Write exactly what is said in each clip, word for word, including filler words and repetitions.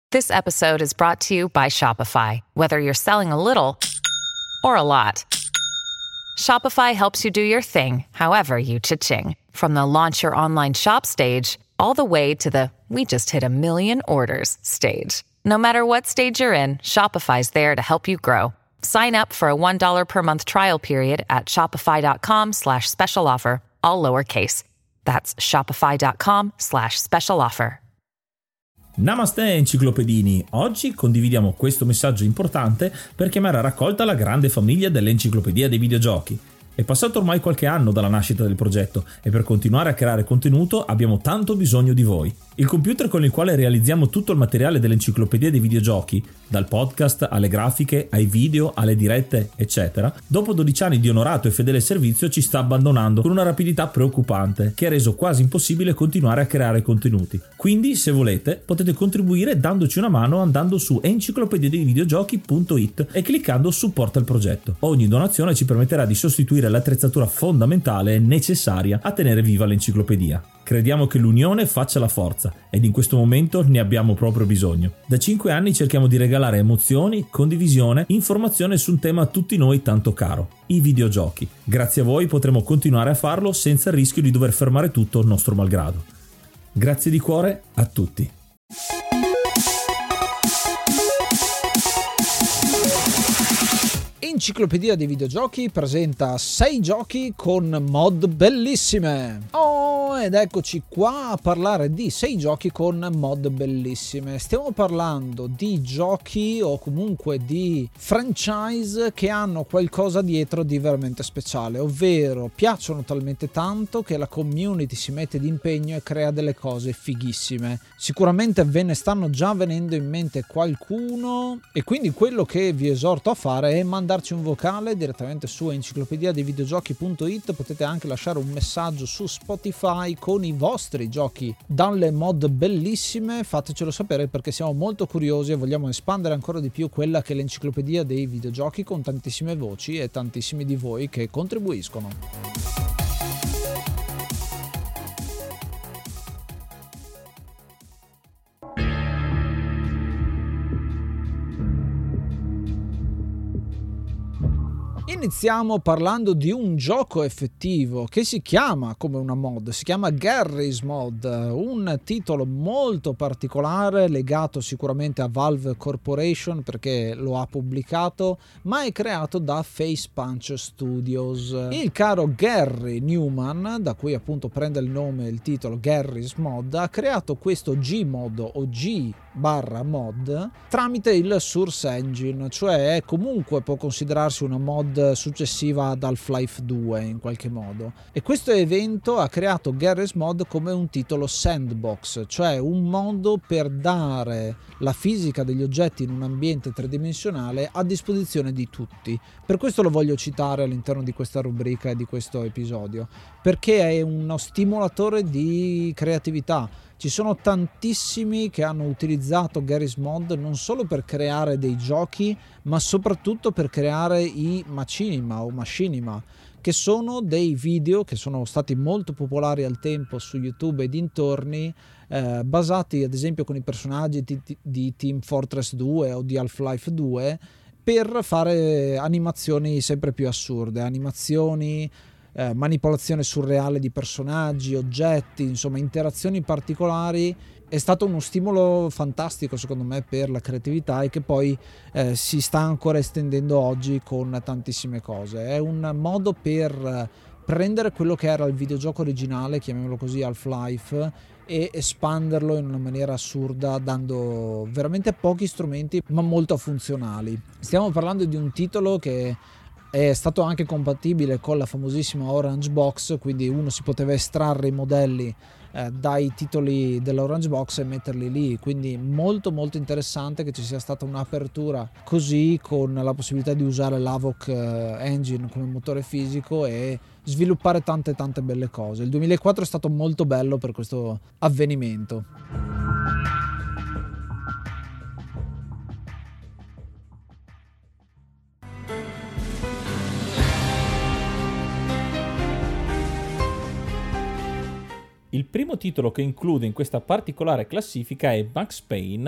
This episode is brought to you by Shopify. Whether you're selling a little or a lot, Shopify helps you do your thing, however you cha-ching. From the launch your online shop stage, all the way to the we just hit a million orders stage. No matter what stage you're in, Shopify's there to help you grow. Sign up for a one dollar per month trial period at shopify.com slash special offer, all lowercase. That's shopify.com slash special offer. Namaste enciclopedini, oggi condividiamo questo messaggio importante per chiamare a raccolta la grande famiglia dell'Enciclopedia dei Videogiochi. È passato ormai qualche anno dalla nascita del progetto e per continuare a creare contenuto abbiamo tanto bisogno di voi. Il computer con il quale realizziamo tutto il materiale dell'Enciclopedia dei Videogiochi, dal podcast alle grafiche, ai video, alle dirette, eccetera, dopo dodici anni di onorato e fedele servizio ci sta abbandonando con una rapidità preoccupante che ha reso quasi impossibile continuare a creare contenuti. Quindi, se volete, potete contribuire dandoci una mano andando su enciclopedia dei videogiochi punto it e cliccando supporta il progetto. Ogni donazione ci permetterà di sostituire l'attrezzatura fondamentale e necessaria a tenere viva l'enciclopedia. Crediamo che l'unione faccia la forza ed in questo momento ne abbiamo proprio bisogno. Da cinque anni cerchiamo di regalare emozioni, condivisione, informazione su un tema a tutti noi tanto caro, i videogiochi. Grazie a voi potremo continuare a farlo senza il rischio di dover fermare tutto nostro malgrado. Grazie di cuore a tutti. Enciclopedia dei Videogiochi presenta sei giochi con mod bellissime. Oh, ed eccoci qua a parlare di sei giochi con mod bellissime. Stiamo parlando di giochi o comunque di franchise che hanno qualcosa dietro di veramente speciale, ovvero piacciono talmente tanto che la community si mette d'impegno e crea delle cose fighissime. Sicuramente ve ne stanno già venendo in mente qualcuno e quindi quello che vi esorto a fare è mandarci un vocale direttamente su enciclopedia dei videogiochi punto it. Potete anche lasciare un messaggio su Spotify con i vostri giochi dalle mod bellissime, fatecelo sapere perché siamo molto curiosi e vogliamo espandere ancora di più quella che è l'enciclopedia dei videogiochi con tantissime voci e tantissimi di voi che contribuiscono. Iniziamo parlando di un gioco effettivo che si chiama come una mod, si chiama Garry's Mod, un titolo molto particolare legato sicuramente a Valve Corporation perché lo ha pubblicato, ma è creato da Face Punch Studios. Il caro Gary Newman, da cui appunto prende il nome il titolo Garry's Mod, ha creato questo Gmod o G barra mod tramite il Source Engine, cioè comunque può considerarsi una mod successiva ad Half-Life due in qualche modo, e questo evento ha creato Garry's Mod come un titolo sandbox, cioè un modo per dare la fisica degli oggetti in un ambiente tridimensionale a disposizione di tutti. Per questo lo voglio citare all'interno di questa rubrica e di questo episodio, perché è uno stimolatore di creatività. Ci sono tantissimi che hanno utilizzato Garry's Mod non solo per creare dei giochi, ma soprattutto per creare i machinima o machinima, che sono dei video che sono stati molto popolari al tempo su YouTube e dintorni, eh, basati ad esempio con i personaggi di, di Team Fortress due o di Half-Life due, per fare animazioni sempre più assurde, animazioni Eh, manipolazione surreale di personaggi, oggetti, insomma interazioni particolari. È stato uno stimolo fantastico secondo me per la creatività e che poi eh, si sta ancora estendendo oggi con tantissime cose. È un modo per prendere quello che era il videogioco originale, chiamiamolo così, Half-Life, e espanderlo in una maniera assurda, dando veramente pochi strumenti ma molto funzionali. Stiamo parlando di un titolo che è stato anche compatibile con la famosissima Orange Box, quindi uno si poteva estrarre i modelli eh, dai titoli dell'Orange Box e metterli lì, quindi molto molto interessante che ci sia stata un'apertura così, con la possibilità di usare l'Avoc eh, Engine come motore fisico e sviluppare tante tante belle cose. Il duemilaquattro è stato molto bello per questo avvenimento. Il primo titolo che include in questa particolare classifica è Max Payne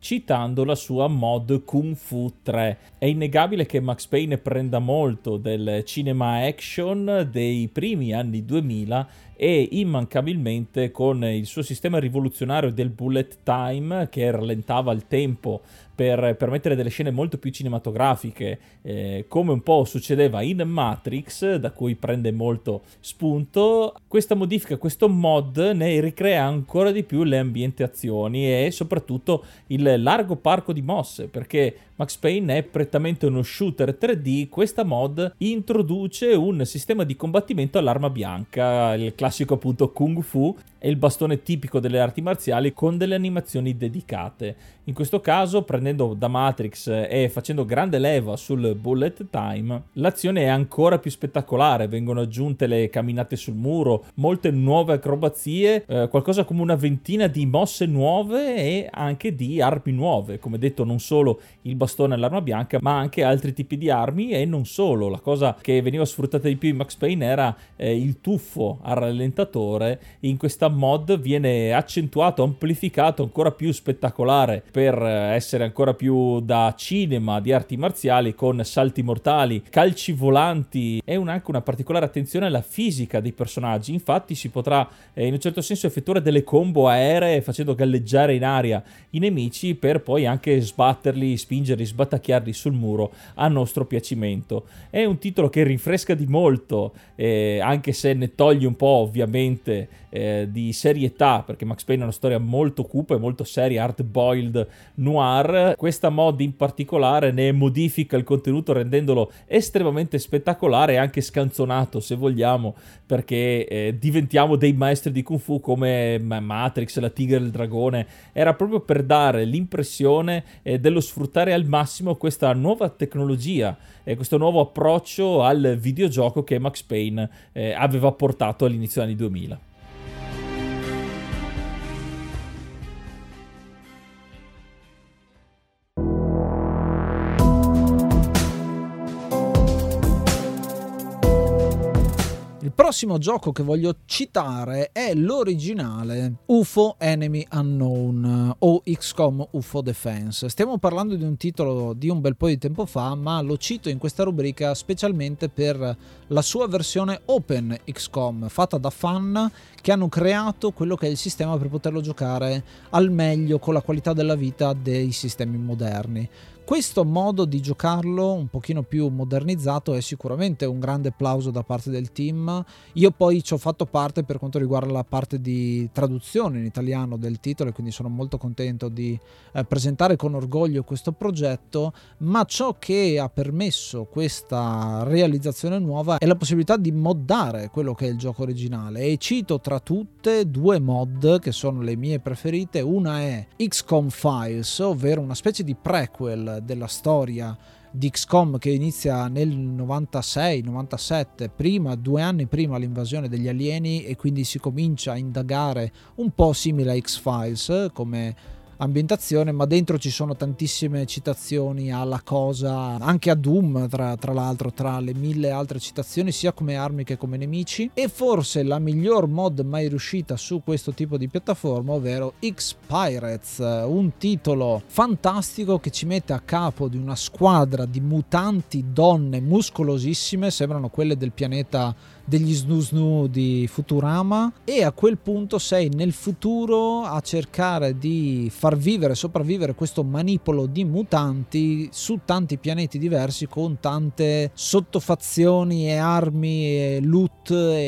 citando la sua mod Kung Fu tre. È innegabile che Max Payne prenda molto del cinema action dei primi anni duemila e immancabilmente con il suo sistema rivoluzionario del bullet time, che rallentava il tempo per permettere delle scene molto più cinematografiche, eh, come un po' succedeva in Matrix, da cui prende molto spunto. Questa modifica, questo mod ne ricrea ancora di più le ambientazioni e soprattutto il largo parco di mosse, perché Max Payne è prettamente uno shooter tre D. Questa mod introduce un sistema di combattimento all'arma bianca, il classico appunto Kung Fu, e il bastone tipico delle arti marziali con delle animazioni dedicate. In questo caso, prendendo da Matrix e facendo grande leva sul bullet time, l'azione è ancora più spettacolare. Vengono aggiunte le camminate sul muro, molte nuove acrobazie, eh, qualcosa come una ventina di mosse nuove e anche di armi nuove. Come detto, non solo il bastone all'arma bianca, ma anche altri tipi di armi, e non solo. La cosa che veniva sfruttata di più in Max Payne era eh, il tuffo al rallentatore. In questa mod viene accentuato, amplificato, ancora più spettacolare per essere ancora più da cinema di arti marziali, con salti mortali, calci volanti e un, anche una particolare attenzione alla fisica dei personaggi. Infatti si potrà eh, in un certo senso effettuare delle combo aeree facendo galleggiare in aria i nemici per poi anche sbatterli, spingerli, sbattacchiarli sul muro a nostro piacimento. È un titolo che rinfresca di molto, eh, anche se ne toglie un po' ovviamente eh, di serietà, perché Max Payne è una storia molto cupa e molto seria, hard-boiled noir. Questa mod in particolare ne modifica il contenuto rendendolo estremamente spettacolare e anche scanzonato, se vogliamo, perché eh, diventiamo dei maestri di Kung Fu come Matrix, la Tigre e il Dragone. Era proprio per dare l'impressione eh, dello sfruttare al massimo questa nuova tecnologia e eh, questo nuovo approccio al videogioco che Max Payne eh, aveva portato all'inizio degli anni duemila. Il prossimo gioco che voglio citare è l'originale U F O Enemy Unknown o X COM U F O Defense. Stiamo parlando di un titolo di un bel po' di tempo fa, ma lo cito in questa rubrica specialmente per la sua versione Open X COM, fatta da fan che hanno creato quello che è il sistema per poterlo giocare al meglio con la qualità della vita dei sistemi moderni. Questo modo di giocarlo un pochino più modernizzato è sicuramente un grande applauso da parte del team. Io poi ci ho fatto parte per quanto riguarda la parte di traduzione in italiano del titolo e quindi sono molto contento di eh, presentare con orgoglio questo progetto, ma ciò che ha permesso questa realizzazione nuova è la possibilità di moddare quello che è il gioco originale, e cito tra tutte due mod che sono le mie preferite. Una è X COM Files, ovvero una specie di prequel della storia di X COM che inizia nel novantasei novantasette, prima, due anni prima l'invasione degli alieni, e quindi si comincia a indagare un po' simile a X-Files come ambientazione, ma dentro ci sono tantissime citazioni alla Cosa, anche a Doom tra, tra l'altro, tra le mille altre citazioni sia come armi che come nemici. E forse la miglior mod mai riuscita su questo tipo di piattaforma, ovvero X-Pirates, un titolo fantastico che ci mette a capo di una squadra di mutanti donne muscolosissime, sembrano quelle del pianeta degli Snoo Snoo di Futurama, e a quel punto sei nel futuro a cercare di far vivere, sopravvivere questo manipolo di mutanti su tanti pianeti diversi, con tante sottofazioni e armi e loot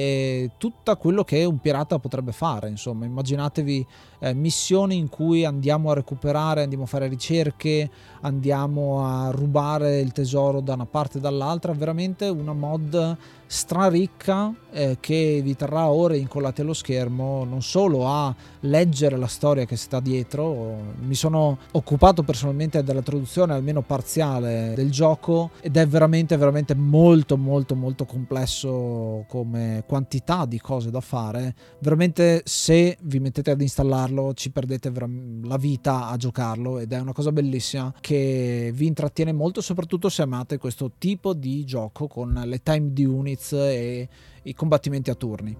e tutto quello che un pirata potrebbe fare. Insomma, immaginatevi eh, missioni in cui andiamo a recuperare, andiamo a fare ricerche, andiamo a rubare il tesoro da una parte e dall'altra. Veramente una mod straricca eh, che vi terrà ore incollate allo schermo, non solo a leggere la storia che sta dietro. Mi sono occupato personalmente della traduzione almeno parziale del gioco ed è veramente veramente molto molto molto complesso come quantità di cose da fare. Veramente, se vi mettete ad installarlo ci perdete la vita a giocarlo, ed è una cosa bellissima che vi intrattiene molto, soprattutto se amate questo tipo di gioco con le timed units e i combattimenti a turni.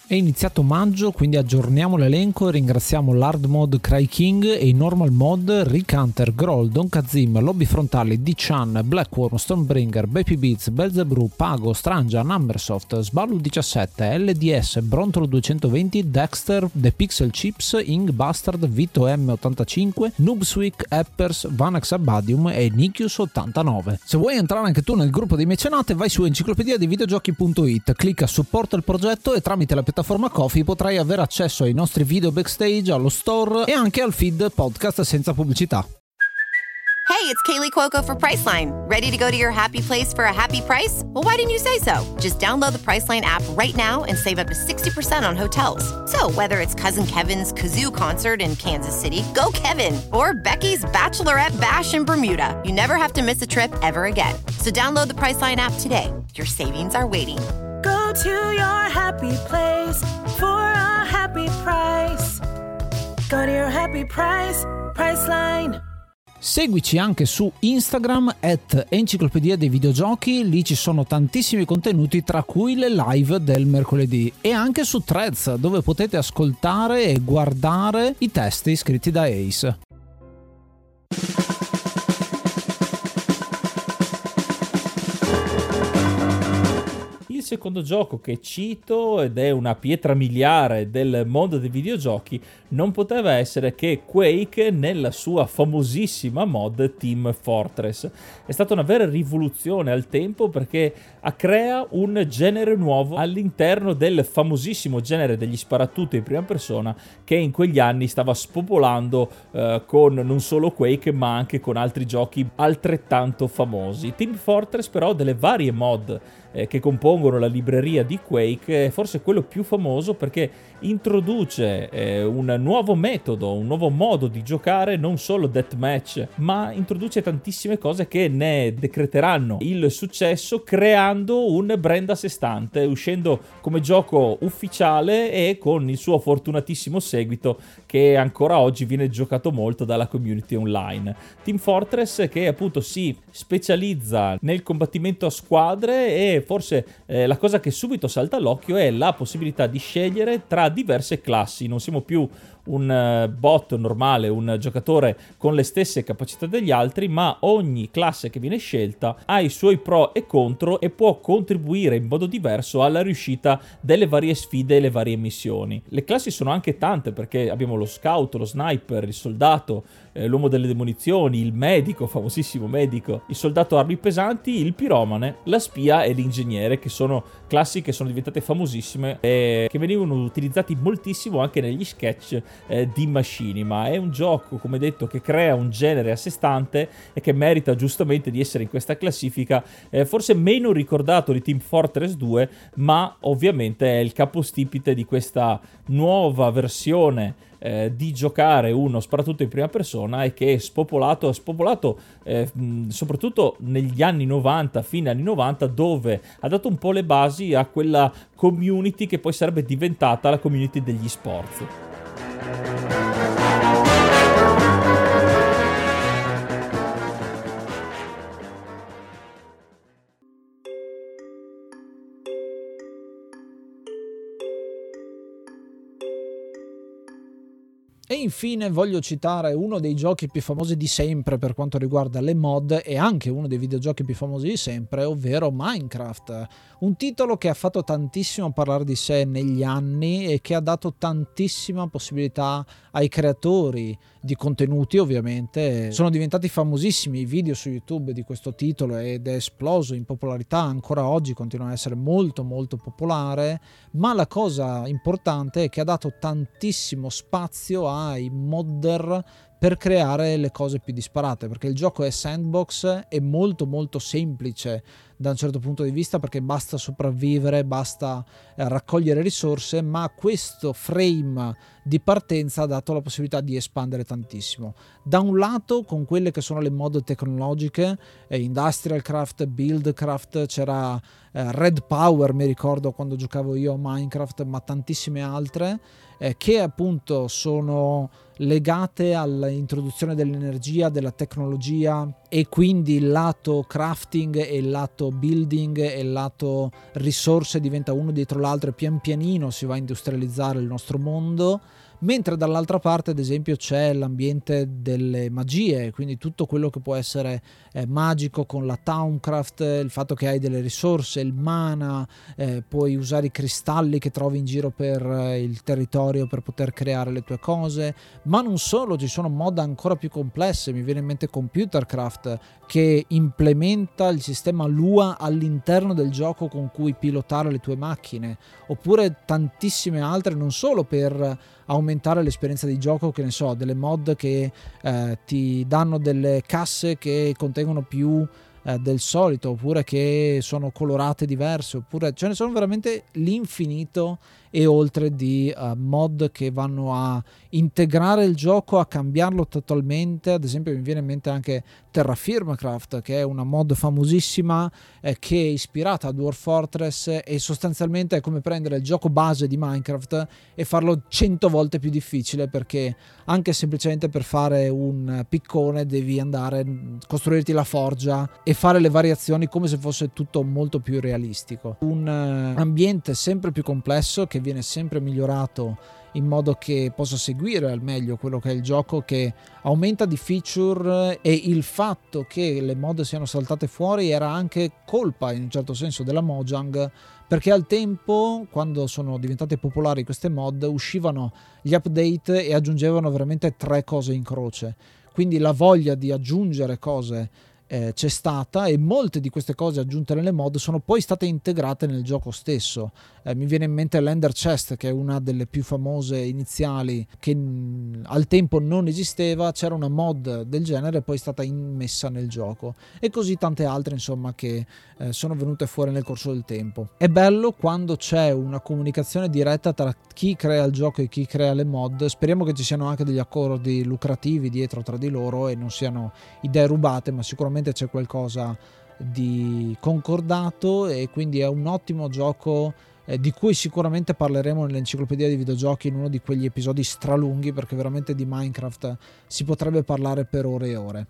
È iniziato maggio, quindi aggiorniamo l'elenco e ringraziamo l'Hard Mode Cry King e i Normal Mode Rick Hunter, Groll, Don Kazim, Lobby Frontali, D-Chan, Blackworm, Stonebringer, Baby Beats, Belzebrew, Pago, Strangia, Numbersoft, Sballu diciassette, L D S, Brontolo duecentoventi, Dexter, The Pixel Chips, Ing Bastard, Vito M ottantacinque, Noobswick, Eppers, Vanax Abadium e Nikius ottantanove. Se vuoi entrare anche tu nel gruppo dei mecenate, vai su enciclopedia dei videogiochi punto it, clicca supporta il progetto e tramite la piattaforma Ko-fi potrai avere accesso ai nostri video backstage, allo store e anche al feed podcast senza pubblicità. Hey, it's Kaylee Cuoco for Priceline. Ready to go to your happy place for a happy price? Well, why didn't you say so? Just download the Priceline app right now and save up to sixty percent on hotels. So whether it's Cousin Kevin's Kazoo Concert in Kansas City, go Kevin, or Becky's Bachelorette Bash in Bermuda, you never have to miss a trip ever again. So download the Priceline app today. Your savings are waiting. Go to your happy place for a happy price. Go to your happy price, Priceline. Seguici anche su Instagram at Enciclopedia dei Videogiochi, lì ci sono tantissimi contenuti tra cui le live del mercoledì, e anche su Threads dove potete ascoltare e guardare i testi scritti da Ace. Il secondo gioco che cito, ed è una pietra miliare del mondo dei videogiochi, non poteva essere che Quake nella sua famosissima mod Team Fortress. È stata una vera rivoluzione al tempo perché crea un genere nuovo all'interno del famosissimo genere degli sparatutto in prima persona che in quegli anni stava spopolando eh, con non solo Quake ma anche con altri giochi altrettanto famosi. Team Fortress però delle varie mod eh, che compongono la libreria di Quake è forse quello più famoso perché introduce eh, un nuovo metodo, un nuovo modo di giocare, non solo deathmatch, ma introduce tantissime cose che ne decreteranno il successo, creando un brand a sé stante, uscendo come gioco ufficiale e con il suo fortunatissimo seguito che ancora oggi viene giocato molto dalla community online. Team Fortress, che appunto si specializza nel combattimento a squadre, e forse eh, la cosa che subito salta all'occhio è la possibilità di scegliere tra diverse classi. Non siamo più un bot normale, un giocatore con le stesse capacità degli altri, ma ogni classe che viene scelta ha i suoi pro e contro e può contribuire in modo diverso alla riuscita delle varie sfide e le varie missioni. Le classi sono anche tante perché abbiamo lo scout, lo sniper, il soldato, eh, l'uomo delle demolizioni, il medico, famosissimo medico, il soldato armi pesanti, il piromane, la spia e l'ingegnere, che sono classi che sono diventate famosissime e che venivano utilizzati moltissimo anche negli sketch Eh, di Machinima. È un gioco, come detto, che crea un genere a sé stante e che merita giustamente di essere in questa classifica, eh, forse meno ricordato di Team Fortress due, ma ovviamente è il capostipite di questa nuova versione eh, di giocare uno sparatutto in prima persona, e che è spopolato, spopolato eh, mh, soprattutto negli anni novanta, fine anni novanta, dove ha dato un po' le basi a quella community che poi sarebbe diventata la community degli sport. E infine voglio citare uno dei giochi più famosi di sempre per quanto riguarda le mod, e anche uno dei videogiochi più famosi di sempre, ovvero Minecraft. Un titolo che ha fatto tantissimo parlare di sé negli anni e che ha dato tantissima possibilità ai creatori di contenuti. Ovviamente sono diventati famosissimi i video su YouTube di questo titolo ed è esploso in popolarità, ancora oggi continua a essere molto molto popolare, ma la cosa importante è che ha dato tantissimo spazio ai modder per creare le cose più disparate, perché il gioco è sandbox, è molto molto semplice da un certo punto di vista perché basta sopravvivere, basta eh, raccogliere risorse, ma questo frame di partenza ha dato la possibilità di espandere tantissimo. Da un lato con quelle che sono le mod tecnologiche, eh, Industrial Craft, Buildcraft, c'era eh, Red Power, mi ricordo quando giocavo io a Minecraft, ma tantissime altre eh, che appunto sono legate all'introduzione dell'energia, della tecnologia, e quindi il lato crafting e il lato building e il lato risorse diventa uno dietro l'altro e pian pianino si va a industrializzare il nostro mondo. Mentre dall'altra parte, ad esempio, c'è l'ambiente delle magie, quindi tutto quello che può essere eh, magico con la Thaumcraft, il fatto che hai delle risorse, il mana, eh, puoi usare i cristalli che trovi in giro per eh, il territorio per poter creare le tue cose, ma non solo, ci sono mod ancora più complesse. Mi viene in mente Computercraft, che implementa il sistema Lua all'interno del gioco con cui pilotare le tue macchine, oppure tantissime altre, non solo per aumentare l'esperienza di gioco, che ne so, delle mod che eh, ti danno delle casse che contengono più eh, del solito, oppure che sono colorate diverse, oppure ce ne sono veramente l'infinito e oltre di uh, mod che vanno a integrare il gioco, a cambiarlo totalmente. Ad esempio mi viene in mente anche Terrafirmacraft, che è una mod famosissima eh, che è ispirata a Dwarf Fortress e sostanzialmente è come prendere il gioco base di Minecraft e farlo cento volte più difficile, perché anche semplicemente per fare un piccone devi andare, costruirti la forgia e fare le variazioni come se fosse tutto molto più realistico. Un uh, ambiente sempre più complesso che viene sempre migliorato in modo che possa seguire al meglio quello che è il gioco, che aumenta di feature, e il fatto che le mod siano saltate fuori era anche colpa in un certo senso della Mojang, perché al tempo, quando sono diventate popolari queste mod, uscivano gli update e aggiungevano veramente tre cose in croce, quindi la voglia di aggiungere cose Eh, c'è stata, e molte di queste cose aggiunte nelle mod sono poi state integrate nel gioco stesso. Eh, mi viene in mente l'Ender Chest, che è una delle più famose iniziali, che mh, al tempo non esisteva, c'era una mod del genere e poi è stata immessa nel gioco, e così tante altre insomma che eh, sono venute fuori nel corso del tempo. È bello quando c'è una comunicazione diretta tra chi crea il gioco e chi crea le mod. Speriamo che ci siano anche degli accordi lucrativi dietro tra di loro e non siano idee rubate, ma sicuramente c'è qualcosa di concordato, e quindi è un ottimo gioco eh, di cui sicuramente parleremo nell'enciclopedia di videogiochi in uno di quegli episodi stralunghi, perché veramente di Minecraft si potrebbe parlare per ore e ore.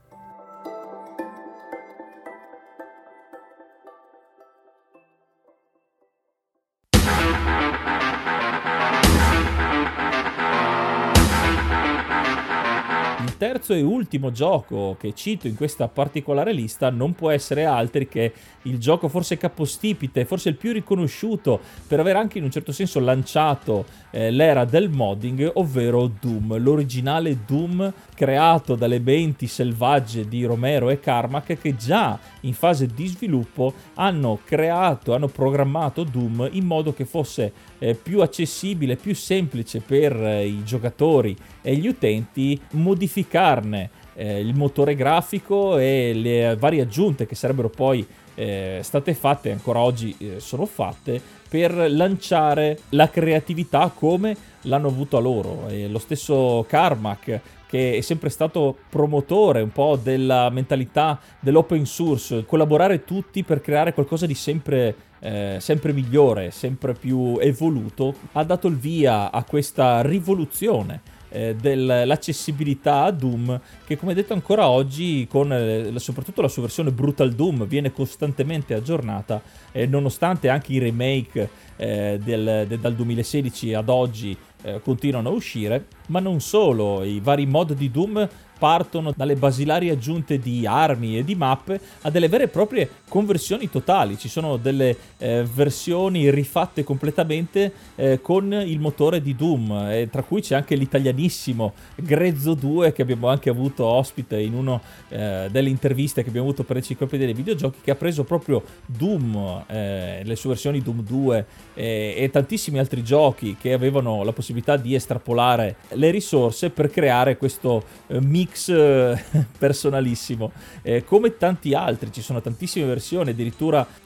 Il terzo e ultimo gioco che cito in questa particolare lista non può essere altri che il gioco forse capostipite, forse il più riconosciuto per aver anche in un certo senso lanciato eh, l'era del modding, ovvero Doom, l'originale Doom creato dalle menti selvagge di Romero e Carmack, che già in fase di sviluppo hanno creato, hanno programmato Doom in modo che fosse eh, più accessibile, più semplice per eh, i giocatori e gli utenti modificarne eh, il motore grafico e le varie aggiunte che sarebbero poi eh, state fatte, ancora oggi eh, sono fatte, per lanciare la creatività come l'hanno avuta loro. E lo stesso Carmack, che è sempre stato promotore un po' della mentalità dell'open source, collaborare tutti per creare qualcosa di sempre, eh, sempre migliore, sempre più evoluto, ha dato il via a questa rivoluzione eh, dell'accessibilità a Doom, che come detto ancora oggi, con eh, soprattutto la sua versione Brutal Doom, viene costantemente aggiornata, eh, nonostante anche i remake eh, del, del, dal duemilasedici ad oggi eh, continuano a uscire. Ma non solo, i vari mod di Doom partono dalle basilari aggiunte di armi e di mappe a delle vere e proprie conversioni totali. Ci sono delle eh, versioni rifatte completamente eh, con il motore di Doom, eh, tra cui c'è anche l'italianissimo Grezzo due, che abbiamo anche avuto ospite in una eh, delle interviste che abbiamo avuto per l'enciclopedia dei videogiochi, che ha preso proprio Doom, eh, le sue versioni Doom due eh, e tantissimi altri giochi che avevano la possibilità di estrapolare le risorse per creare questo eh, mix eh, personalissimo. Eh, come tanti altri, ci sono tantissime versioni, addirittura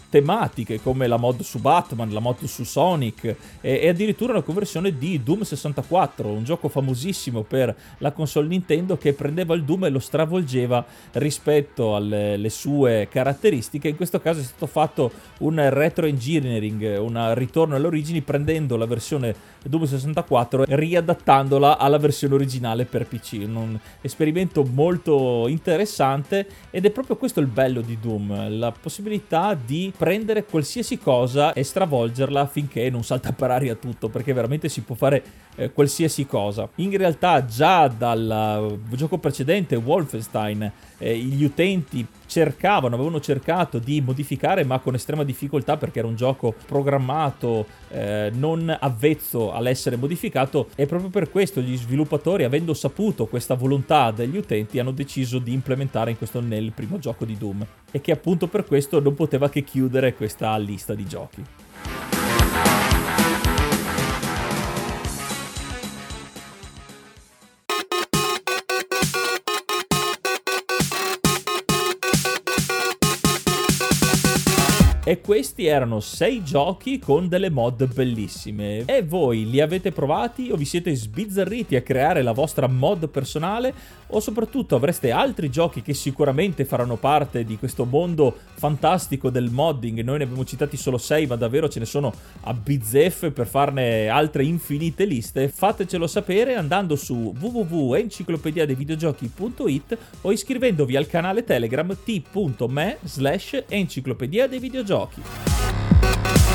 tematiche come la mod su Batman, la mod su Sonic e, e addirittura una conversione di Doom sessantaquattro, un gioco famosissimo per la console Nintendo che prendeva il Doom e lo stravolgeva rispetto alle le sue caratteristiche. In questo caso è stato fatto un retro engineering, un ritorno alle origini, prendendo la versione Doom sessantaquattro e riadattandola alla versione originale per P C. Un esperimento molto interessante, ed è proprio questo il bello di Doom, la possibilità di prendere qualsiasi cosa e stravolgerla finché non salta per aria tutto, perché veramente si può fare eh, qualsiasi cosa. In realtà già dal gioco precedente, Wolfenstein, eh, gli utenti cercavano, avevano cercato di modificare, ma con estrema difficoltà, perché era un gioco programmato eh, non avvezzo all'essere modificato, e proprio per questo gli sviluppatori, avendo saputo questa volontà degli utenti, hanno deciso di implementare in questo nel primo gioco di Doom, e che appunto per questo non poteva che chiudere questa lista di giochi. E questi erano sei giochi con delle mod bellissime. E voi li avete provati o vi siete sbizzarriti a creare la vostra mod personale? O soprattutto avreste altri giochi che sicuramente faranno parte di questo mondo fantastico del modding? Noi ne abbiamo citati solo sei, ma davvero ce ne sono a bizzeffe per farne altre infinite liste. Fatecelo sapere andando su w w w punto enciclopedia dei videogiochi punto it o iscrivendovi al canale Telegram t punto m e slash enciclopedia dei videogiochi.